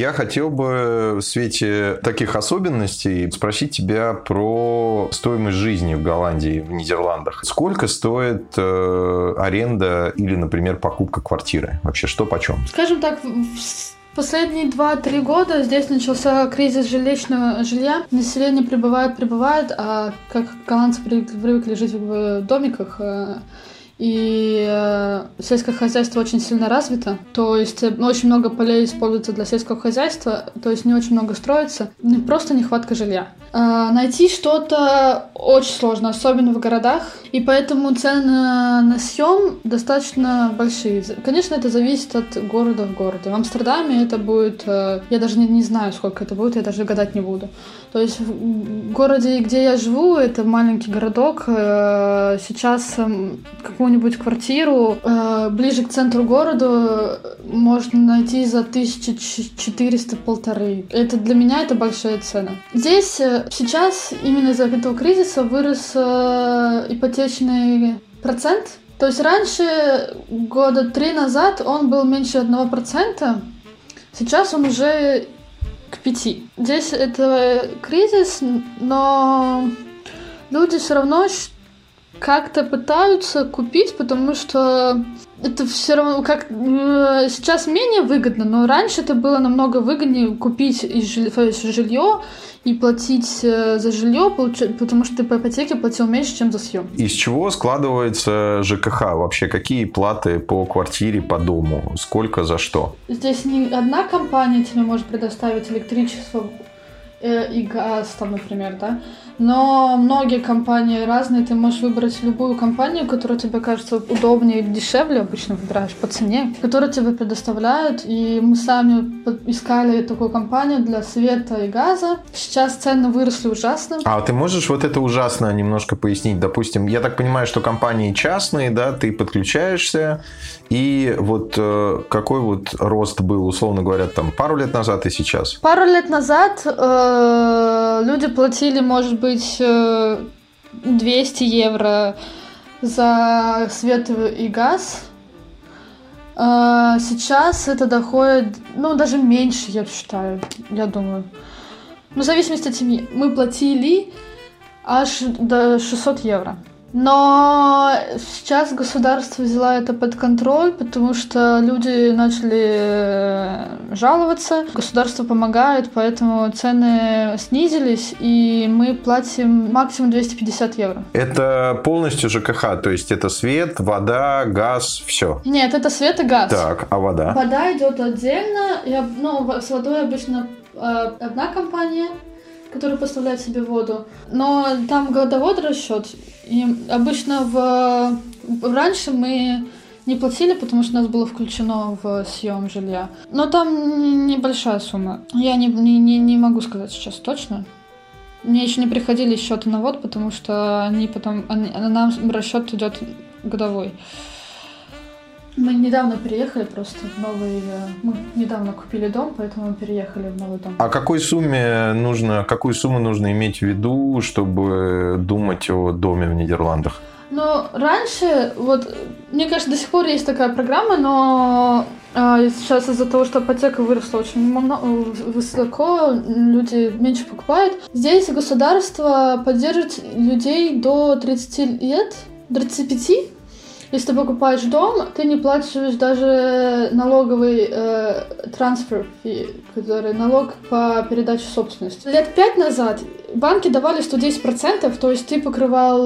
Я хотел бы в свете таких особенностей спросить тебя про стоимость жизни в Голландии, в Нидерландах. Сколько стоит аренда или, например, покупка квартиры? Вообще, что почем? Скажем так, последние 2-3 года здесь начался кризис жилищного жилья. Население прибывает, а как голландцы привыкли жить в домиках, и сельское хозяйство очень сильно развито, то есть очень много полей используется для сельского хозяйства, то есть не очень много строится, просто нехватка жилья. Найти что-то очень сложно, особенно в городах, и поэтому цены на съем достаточно большие. Конечно, это зависит от города в городе. В Амстердаме это будет, я даже не знаю, сколько это будет, я даже гадать не буду. То есть в городе, где я живу, это маленький городок, сейчас какую-нибудь квартиру ближе к центру города можно найти за 1400-1500. Это для меня это большая цена. Здесь сейчас именно из-за этого кризиса вырос ипотечный процент. То есть раньше, года 3 назад, он был меньше 1%, сейчас он уже к 5%. Здесь это кризис, но люди все равно как-то пытаются купить, потому что это все равно как сейчас менее выгодно, но раньше это было намного выгоднее купить жилье и платить за жилье, потому что ты по ипотеке платил меньше, чем за съем. Из чего складывается ЖКХ? Вообще, какие платы по квартире, по дому? Сколько за что? Здесь не одна компания тебе может предоставить электричество и газ, там, например, да? Но многие компании разные, ты можешь выбрать любую компанию, которая тебе кажется удобнее и дешевле, обычно выбираешь по цене, которую тебе предоставляют, и мы сами искали такую компанию для света и газа. Сейчас цены выросли ужасно. А ты можешь вот это ужасно немножко пояснить? Допустим, я так понимаю, что компании частные, да, ты подключаешься, и вот какой вот рост был, условно говоря, там пару лет назад и сейчас? Пару лет назад люди платили, может быть, 200 евро за свет и газ. Сейчас это доходит, даже меньше, я считаю, я думаю. В зависимости от семьи. Мы платили аж до 600 евро. Но сейчас государство взяло это под контроль, потому что люди начали жаловаться. Государство помогает, поэтому цены снизились, и мы платим максимум 250 евро. Это полностью ЖКХ, то есть это свет, вода, газ, все? Нет, это свет и газ. Так, а вода? Вода идет отдельно. С водой обычно одна компания, который поставляет себе воду. Но там годовой расчет. И обычно раньше мы не платили, потому что у нас было включено в съем жилья. Но там небольшая сумма. Я не могу сказать сейчас точно. Мне еще не приходили счеты на воду, потому что нам расчет идет годовой. Мы недавно переехали просто в новый... Мы недавно купили дом, поэтому мы переехали в новый дом. А какую сумму нужно иметь в виду, чтобы думать о доме в Нидерландах? Раньше, мне кажется, до сих пор есть такая программа, но сейчас из-за того, что ипотека выросла очень высоко, люди меньше покупают. Здесь государство поддерживает людей до 30 лет, 35. Если ты покупаешь дом, ты не платишь даже налоговый трансфер, который налог по передаче собственности. Лет 5 назад банки давали 110%, то есть ты покрывал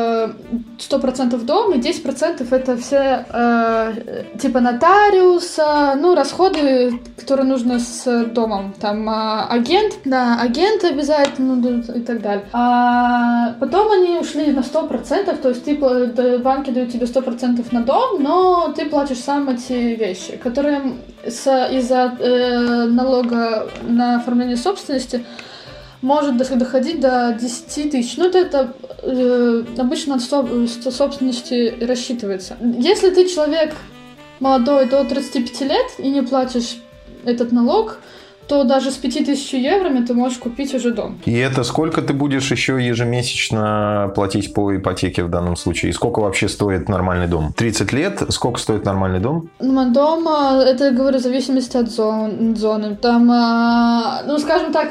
100% дом, и 10% это все типа нотариуса, расходы, которые нужны с домом. Там агент обязательно, и так далее. А потом они ушли на 100%, то есть банки дают тебе 100% на дом, но ты платишь сам эти вещи, которые из-за налога на оформление собственности может доходить до 10 тысяч. Это обычно от собственности рассчитывается. Если ты человек молодой до 35 лет и не платишь этот налог, то даже с 5000 евро ты можешь купить уже дом. И это сколько ты будешь еще ежемесячно платить по ипотеке в данном случае? И сколько вообще стоит нормальный дом? 30 лет? Сколько стоит нормальный дом? Дом, это, я говорю, в зависимости от зоны. Там, ну, скажем так,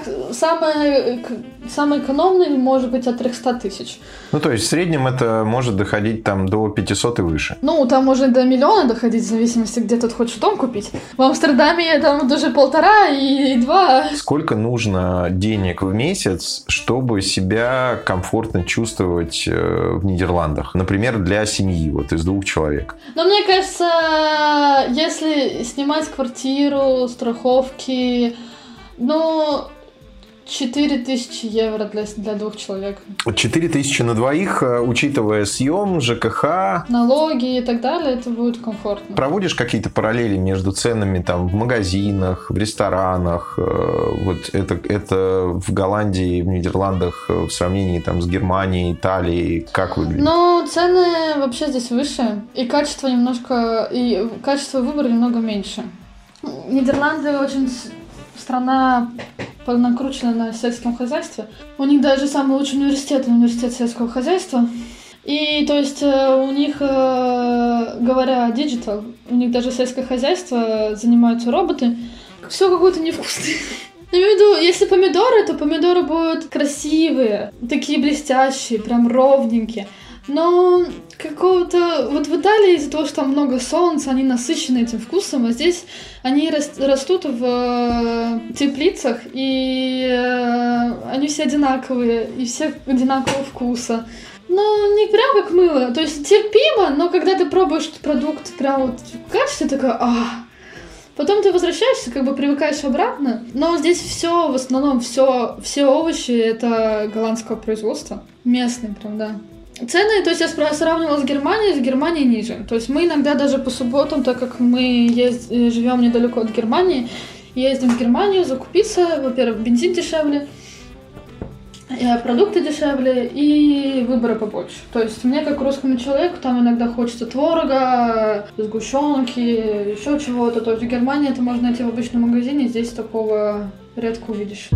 самый экономный может быть от 300 тысяч. Ну, то есть в среднем это может доходить там до 500 и выше. Ну, там можно до миллиона доходить, в зависимости, где ты хочешь дом купить. В Амстердаме там даже 1,5 и 2. Сколько нужно денег в месяц, чтобы себя комфортно чувствовать в Нидерландах? Например, для семьи, вот из 2 человек. Но мне кажется, если снимать квартиру, страховки, ну, 4000 евро для 2 человек. 4000 на двоих, учитывая съем, ЖКХ. Налоги и так далее, это будет комфортно. Проводишь какие-то параллели между ценами там, в магазинах, в ресторанах? Вот это в Голландии, в Нидерландах в сравнении там, с Германией, Италией, как выглядит? Ну, цены вообще здесь выше, и качество выбора немного меньше. Нидерланды очень страна накручена на сельском хозяйстве. У них даже самый лучший университет сельского хозяйства. И, то есть, у них, говоря digital, у них даже сельское хозяйство занимаются роботы. Все какое-то невкусное. Я имею в виду, если помидоры, то помидоры будут красивые, такие блестящие, прям ровненькие. Но какого-то... Вот в Италии из-за того, что там много солнца, они насыщены этим вкусом, а здесь они растут в теплицах, и они все одинаковые, и все одинакового вкуса. Ну, не прям как мыло, то есть терпимо, но когда ты пробуешь продукт прям вот в качестве, такая... Потом ты возвращаешься, как бы привыкаешь обратно, но здесь все, в основном все овощи это голландского производства, местные прям, да. Цены, то есть я сравнивала с Германией ниже. То есть мы иногда даже по субботам, так как мы живем недалеко от Германии, ездим в Германию закупиться. Во-первых, бензин дешевле, продукты дешевле и выбора побольше. То есть мне, как русскому человеку, там иногда хочется творога, сгущенки, еще чего-то. То есть в Германии это можно найти в обычном магазине, здесь такого редко увидишь.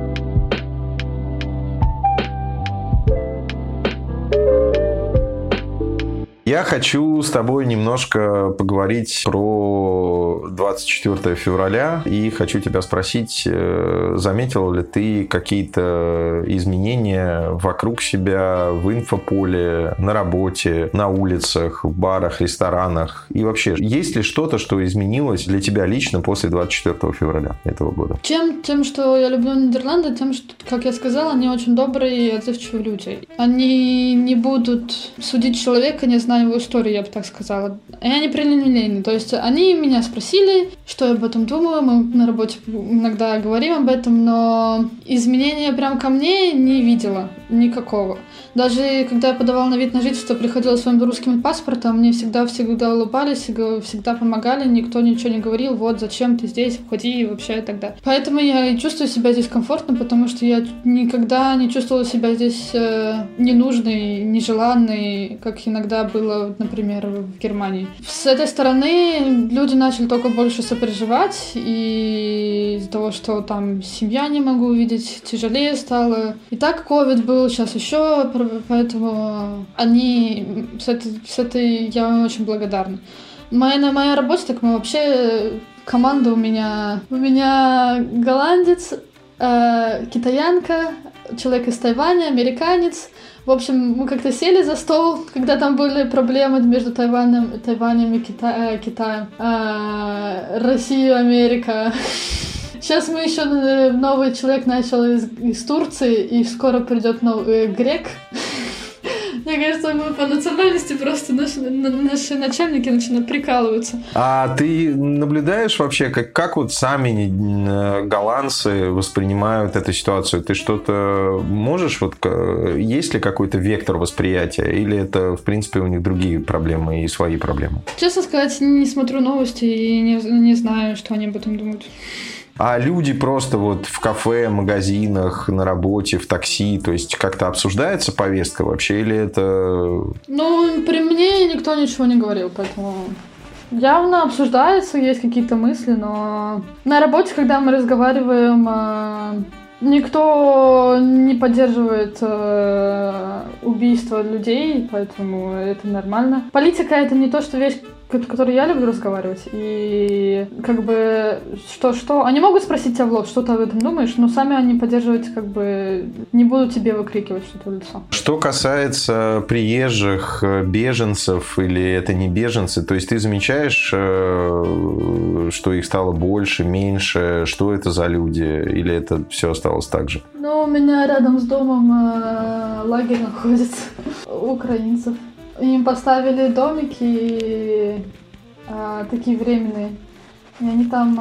Я хочу с тобой немножко поговорить про 24 февраля и хочу тебя спросить, заметила ли ты какие-то изменения вокруг себя в инфополе, на работе, на улицах, в барах, ресторанах и вообще, есть ли что-то, что изменилось для тебя лично после 24 февраля этого года? Тем, что я люблю Нидерланды, тем, что, как я сказала, они очень добрые и отзывчивые люди. Они не будут судить человека, не зная его историю, я бы так сказала. И они прямолинейны. То есть они меня спросили, что я об этом думаю. Мы на работе иногда говорим об этом, но изменения прям ко мне не видела никакого. Даже когда я подавала на вид на жительство, приходила своим русским паспортом, мне всегда улыбались и всегда помогали, никто ничего не говорил, вот зачем ты здесь, входи и вообще и так далее. Поэтому я чувствую себя здесь комфортно, потому что я никогда не чувствовала себя здесь ненужной, нежеланной, как иногда было, например, в Германии. С этой стороны люди начали только больше сопереживать, и из-за того, что там семья не могу увидеть, тяжелее стало. И так ковид был, сейчас еще, поэтому они с этой я очень благодарна. На моей работе, так мы вообще команда у меня голландец, китаянка, человек из Тайваня, американец. В общем, мы как-то сели за стол, когда там были проблемы между Тайванем и Китаем, Россия, Америка. Сейчас мы еще новый человек начал из Турции, и скоро придет новый грек. Мне кажется, мы по национальности просто наши начальники начинают прикалываться. А ты наблюдаешь вообще, как вот сами голландцы воспринимают эту ситуацию? Ты что-то можешь, вот есть ли какой-то вектор восприятия? Или это, в принципе, у них другие проблемы и свои проблемы? Честно сказать, не смотрю новости и не знаю, что они об этом думают. А люди просто вот в кафе, магазинах, на работе, в такси, то есть как-то обсуждается повестка вообще, или это... Ну, при мне никто ничего не говорил, поэтому Явно обсуждается, есть какие-то мысли, но на работе, когда мы разговариваем, никто не поддерживает убийство людей, поэтому это нормально. Политика — это не то, что вещь, которой я люблю разговаривать. И как бы что? Они могут спросить тебя в лоб, что ты об этом думаешь, но сами они поддерживать как бы не будут тебе выкрикивать что-то в лицо. Что касается приезжих, беженцев, или это не беженцы, то есть ты замечаешь, что их стало больше, меньше, что это за люди, или это все осталось так же? Ну, у меня рядом с домом лагерь находится украинцев. Им поставили домики такие временные. И они там,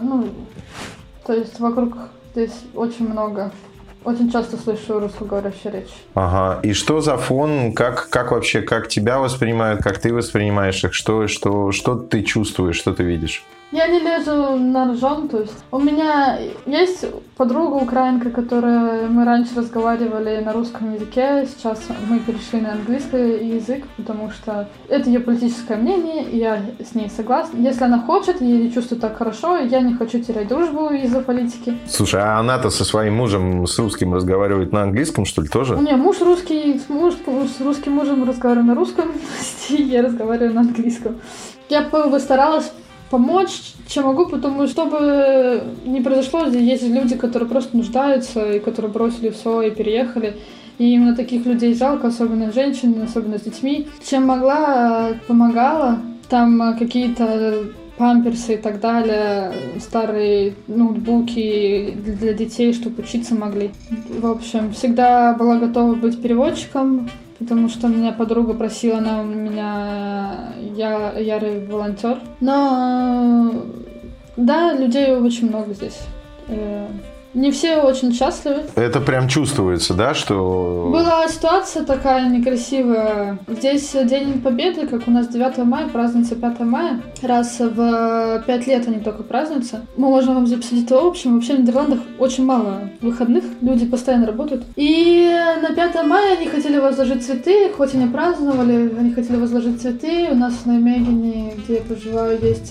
то есть вокруг здесь очень много. Очень часто слышу русскоговорящую речь. Ага. И что за фон? Как вообще, как тебя воспринимают, как ты воспринимаешь их? Что ты чувствуешь, что ты видишь? Я не лезу на рожон, то есть у меня есть подруга украинка, которая мы раньше разговаривали на русском языке, сейчас мы перешли на английский язык, потому что это ее политическое мнение, и я с ней согласна. Если она хочет, и чувствует так хорошо, я не хочу терять дружбу из-за политики. Слушай, а она-то со своим мужем, с русским, разговаривает на английском, что ли, тоже? У меня муж русский, с русским мужем разговариваю на русском, я разговариваю на английском. Я бы старалась помочь, чем могу, потому что, чтобы не произошло, здесь есть люди, которые просто нуждаются, и которые бросили все и переехали. И именно таких людей жалко, особенно женщин, особенно с детьми. Чем могла, помогала. Там какие-то памперсы и так далее, старые ноутбуки для детей, чтобы учиться могли. В общем, всегда была готова быть переводчиком, потому что меня подруга просила, она у меня ярый волонтер. Но да, людей очень много здесь. Не все очень счастливы. Это прям чувствуется, да, что... Была ситуация такая некрасивая. Здесь День Победы, как у нас 9 мая, празднуется 5 мая. Раз в 5 лет они только празднуются. Мы можем вам записать это в общем. Вообще в Нидерландах очень мало выходных. Люди постоянно работают. И на 5 мая они хотели возложить цветы. Хоть и не праздновали, они хотели возложить цветы. У нас в Ноймегене, где я проживаю, есть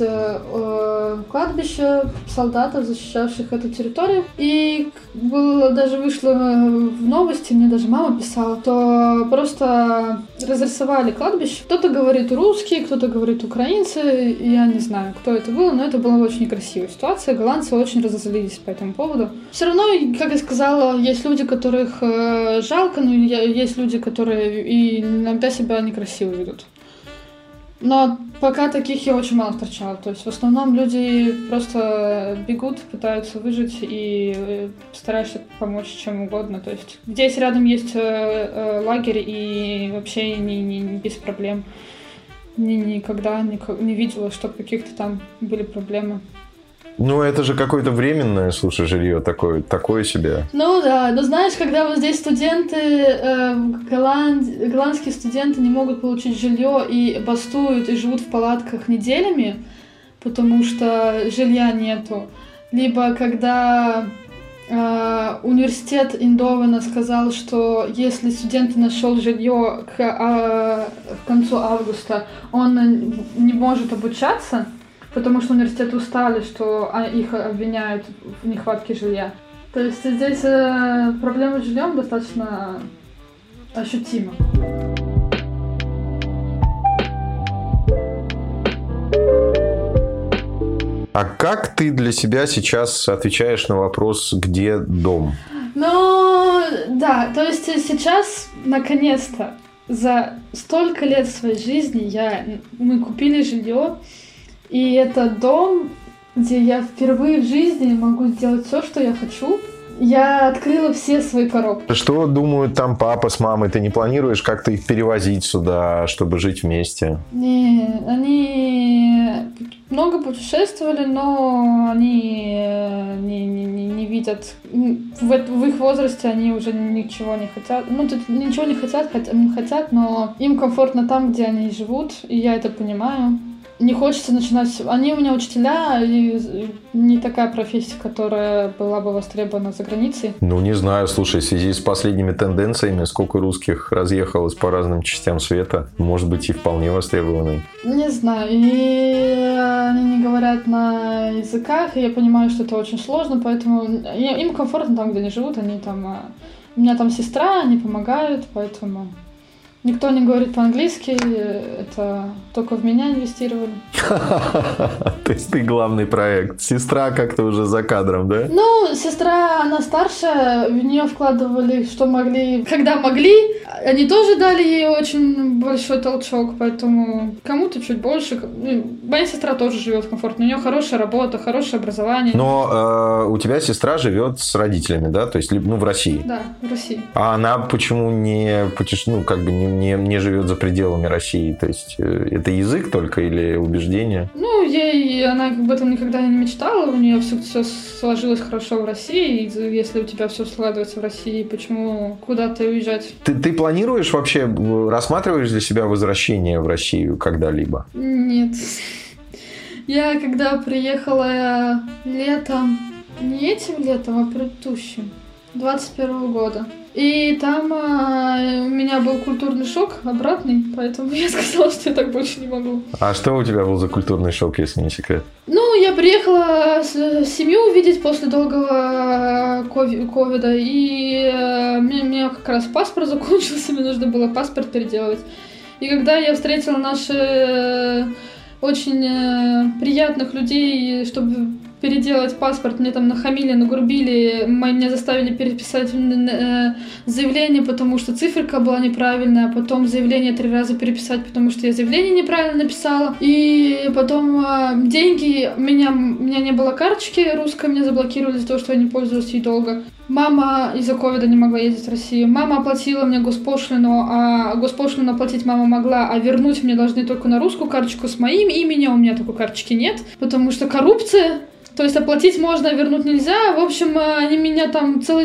кладбище солдатов, защищавших эту территорию. И даже вышло в новости, мне даже мама писала, то просто разрисовали кладбище. Кто-то говорит русские, кто-то говорит украинцы, я не знаю, кто это был, но это была очень некрасивая ситуация. Голландцы очень разозлились по этому поводу. Все равно, как я сказала, есть люди, которых жалко, но есть люди, которые и иногда себя некрасиво ведут. Но пока таких я очень мало встречала. То есть в основном люди просто бегут, пытаются выжить и стараются помочь чем угодно. То есть здесь рядом есть лагерь, и вообще не без проблем. Никогда не видела, чтобы каких-то там были проблемы. Ну, это же какое-то временное, слушай, жилье такое себе. Ну да, но знаешь, когда вот здесь студенты, голландские студенты не могут получить жилье и бастуют, и живут в палатках неделями, потому что жилья нету. Либо когда университет Индовена сказал, что если студент нашел жилье к концу августа, он не может обучаться, потому что университеты устали, что их обвиняют в нехватке жилья. То есть здесь проблема с жильем достаточно ощутима. А как ты для себя сейчас отвечаешь на вопрос, где дом? Ну, да, то есть сейчас, наконец-то, за столько лет своей жизни мы купили жилье, и это дом, где я впервые в жизни могу сделать все, что я хочу. Я открыла все свои коробки. Что думают там папа с мамой? Ты не планируешь как-то их перевозить сюда, чтобы жить вместе? Не, они много путешествовали, но они не видят. В их возрасте они уже ничего не хотят. Ну, тут ничего не хотят, но им комфортно там, где они живут, и я это понимаю. не хочется начинать... Они у меня учителя, и не такая профессия, которая была бы востребована за границей. Ну, не знаю, слушай, в связи с последними тенденциями, сколько русских разъехалось по разным частям света, может быть, и вполне востребованный. Не знаю, и они не говорят на языках, и я понимаю, что это очень сложно, поэтому им комфортно там, где они живут, они там... У меня там сестра, они помогают, поэтому... Никто не говорит по-английски, это только в меня инвестировали. То есть ты главный проект. Сестра как-то уже за кадром, да? Ну, сестра, она старшая, в нее вкладывали, что могли, когда могли. Они тоже дали ей очень большой толчок, поэтому кому-то чуть больше. Моя сестра тоже живет комфортно, у нее хорошая работа, хорошее образование. Но у тебя сестра живет с родителями, да? То есть, в России? Да, в России. А она почему не живет за пределами России? То есть, это язык только или убеждение? Ну, она об этом никогда не мечтала, у нее все сложилось хорошо в России, и если у тебя все складывается в России, почему куда-то уезжать? Ты планируешь вообще, рассматриваешь для себя возвращение в Россию когда-либо? Нет. Я когда приехала летом, не этим летом, а предыдущим, 21 года. И там у меня был культурный шок обратный, поэтому я сказала, что я так больше не могу. А что у тебя был за культурный шок, если не секрет? Ну, я приехала семью увидеть после долгого ковида, и у меня как раз паспорт закончился, мне нужно было паспорт переделывать. И когда я встретила наших очень приятных людей, чтобы переделать паспорт, мне там нахамили, нагрубили, меня заставили переписать заявление, потому что циферка была неправильная, потом заявление 3 раза переписать, потому что я заявление неправильно написала, и потом деньги, у меня не было карточки русской, меня заблокировали за то, что я не пользовалась ей долго. Мама из-за ковида не могла ездить в Россию. Мама оплатила мне госпошлину, а госпошлину оплатить мама могла, а вернуть мне должны только на русскую карточку с моим именем. У меня такой карточки нет, потому что коррупция. То есть оплатить можно, а вернуть нельзя. В общем, они меня там целый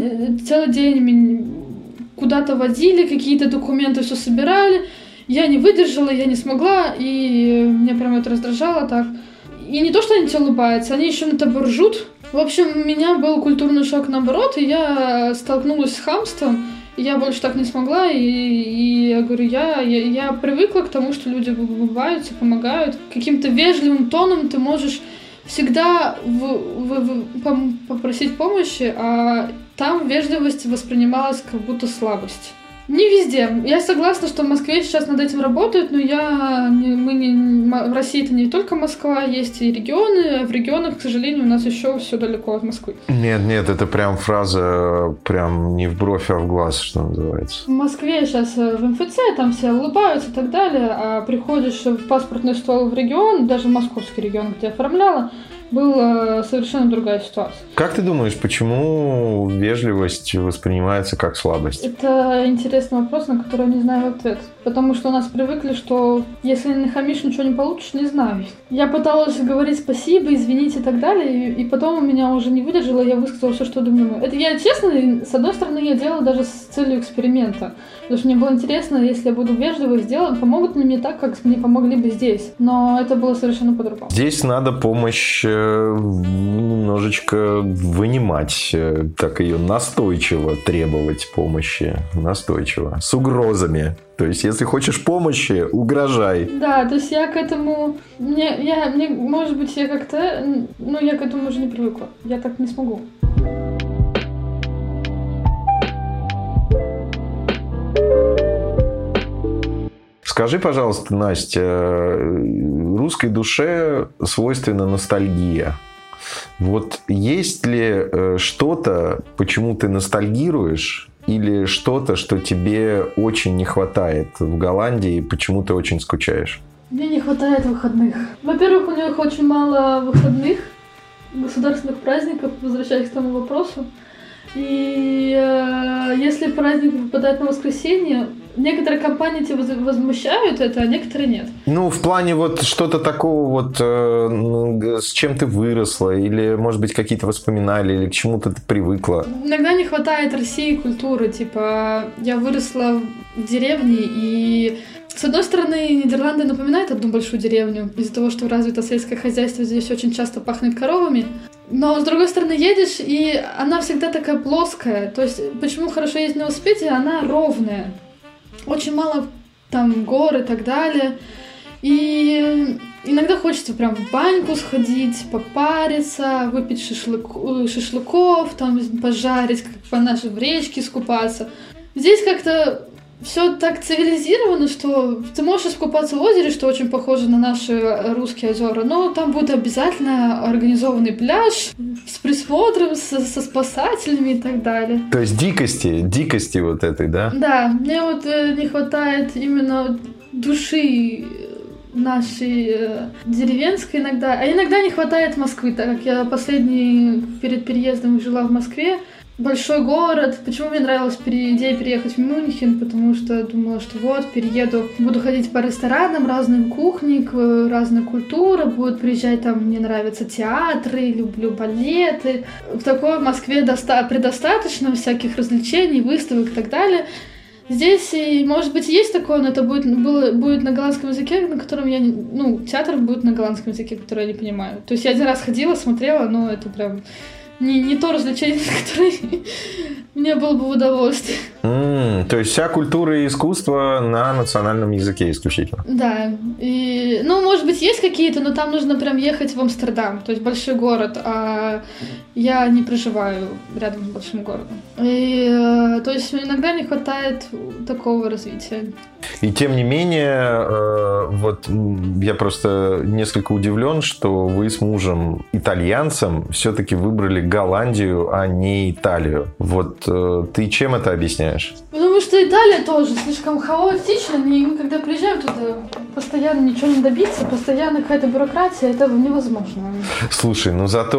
день куда-то водили, какие-то документы все собирали. Я не выдержала, я не смогла, и меня прям это раздражало так. И не то, что они тебе улыбаются, они еще на тобой ржут. В общем, у меня был культурный шок наоборот, и я столкнулась с хамством, и я больше так не смогла, и я говорю, я привыкла к тому, что люди улыбаются, помогают. Каким-то вежливым тоном ты можешь всегда попросить помощи, а там вежливость воспринималась как будто слабость. Не везде. Я согласна, что в Москве сейчас над этим работают, но в России это не только Москва, есть и регионы, а в регионах, к сожалению, у нас еще все далеко от Москвы. Нет, это прям фраза прям не в бровь, а в глаз, что называется. В Москве сейчас в МФЦ там все улыбаются и так далее, а приходишь в паспортный стол в регион, даже в московский регион, где я оформляла, была совершенно другая ситуация. Как ты думаешь, почему вежливость воспринимается как слабость? Это интересный вопрос, на который я не знаю ответ. Потому что у нас привыкли, что если не хамишь, ничего не получишь, не знаю. Я пыталась говорить спасибо, извините и так далее, и потом у меня уже не выдержало, я высказала все, что думаю. Это я, честно, с одной стороны, я делала даже с целью эксперимента. Потому что мне было интересно, если я буду вежливо сделать, помогут ли мне так, как мне помогли бы здесь. Но это было совершенно по-другому. Здесь надо помощь немножечко вынимать, так ее настойчиво требовать помощи, настойчиво, с угрозами. То есть, если хочешь помощи, угрожай. Да, то есть я к этому... может быть, я как-то... Но я к этому уже не привыкла. Я так не смогу. Скажи, пожалуйста, Настя, русской душе свойственна ностальгия. Вот есть ли что-то, почему ты ностальгируешь, или что-то, что тебе очень не хватает в Голландии, почему ты очень скучаешь? Мне не хватает выходных. Во-первых, у них очень мало выходных, государственных праздников, возвращаясь к тому вопросу. И если праздник выпадает на воскресенье, некоторые компании тебя возмущают это, а некоторые нет. Ну, в плане вот что-то такого вот, с чем ты выросла, или, может быть, какие-то воспоминания, или к чему-то ты привыкла. Иногда не хватает России культуры, типа, я выросла в деревне, и С одной стороны, Нидерланды напоминают одну большую деревню, из-за того, что развито сельское хозяйство, здесь очень часто пахнет коровами. Но, с другой стороны, едешь, и она всегда такая плоская. То есть, почему хорошо ездить на велосипеде? Она ровная. Очень мало там гор и так далее. И иногда хочется прям в баньку сходить, попариться, выпить шашлыков, там пожарить, в речке искупаться. Здесь как-то все так цивилизировано, что ты можешь искупаться в озере, что очень похоже на наши русские озера, но там будет обязательно организованный пляж с присмотром, со спасателями и так далее. То есть дикости вот этой, да? Да, мне вот не хватает именно души нашей деревенской иногда, а иногда не хватает Москвы, так как я перед переездом жила в Москве. Большой город. Почему мне нравилась идея переехать в Мюнхен? Потому что думала, что вот, перееду, буду ходить по ресторанам, разным кухням, разная культура, будут приезжать, там, мне нравятся театры, люблю балеты. В такой Москве предостаточно всяких развлечений, выставок и так далее. Здесь, может быть, есть такое, но это будет на голландском языке, на котором я театр будет на голландском языке, который я не понимаю. То есть я один раз ходила, смотрела, но это прям... Не то развлечение, которое мне было бы в удовольствие. То есть вся культура и искусство на национальном языке исключительно. Да. И, может быть, есть какие-то, но там нужно прям ехать в Амстердам, то есть большой город, а я не проживаю рядом с большим городом. И, то есть иногда не хватает такого развития. И тем не менее, вот я просто несколько удивлен, что вы с мужем итальянцем все-таки выбрали Голландию, а не Италию. Вот ты чем это объясняешь? Потому что Италия тоже слишком хаотична, и мы когда приезжаем туда, постоянно ничего не добиться, постоянно какая-то бюрократия, это невозможно. Слушай,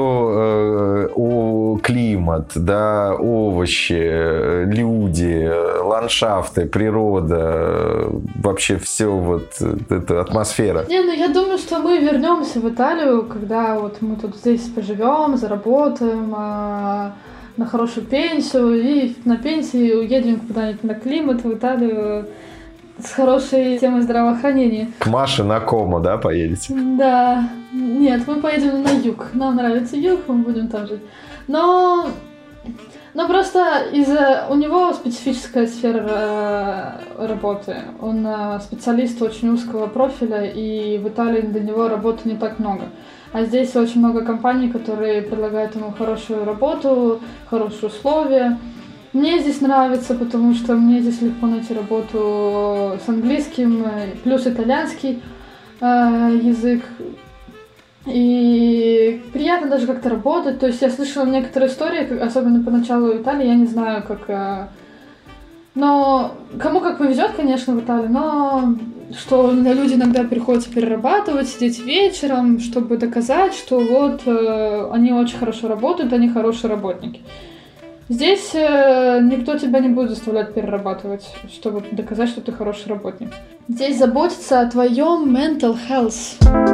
зато климат, да, овощи, люди, ландшафты, природа, вообще все вот эта атмосфера. Я думаю, что мы вернемся в Италию, когда вот мы тут здесь поживем, заработаем на хорошую пенсию, и на пенсии уедем куда-нибудь на климат в Италию с хорошей темой здравоохранения. К Маше на Комо, да, поедете? Да. Нет, мы поедем на юг. Нам нравится юг, мы будем там жить. Но просто у него специфическая сфера работы. Он специалист очень узкого профиля, и в Италии для него работы не так много. А здесь очень много компаний, которые предлагают ему хорошую работу, хорошие условия. Мне здесь нравится, потому что мне здесь легко найти работу с английским, плюс итальянский язык. И приятно даже как-то работать. То есть я слышала некоторые истории, особенно поначалу в Италии, я не знаю, как... Но кому как повезет, конечно, в Италии, но что люди иногда приходится перерабатывать, сидеть вечером, чтобы доказать, что вот они очень хорошо работают, они хорошие работники. Здесь никто тебя не будет заставлять перерабатывать, чтобы доказать, что ты хороший работник. Здесь заботятся о твоем mental health.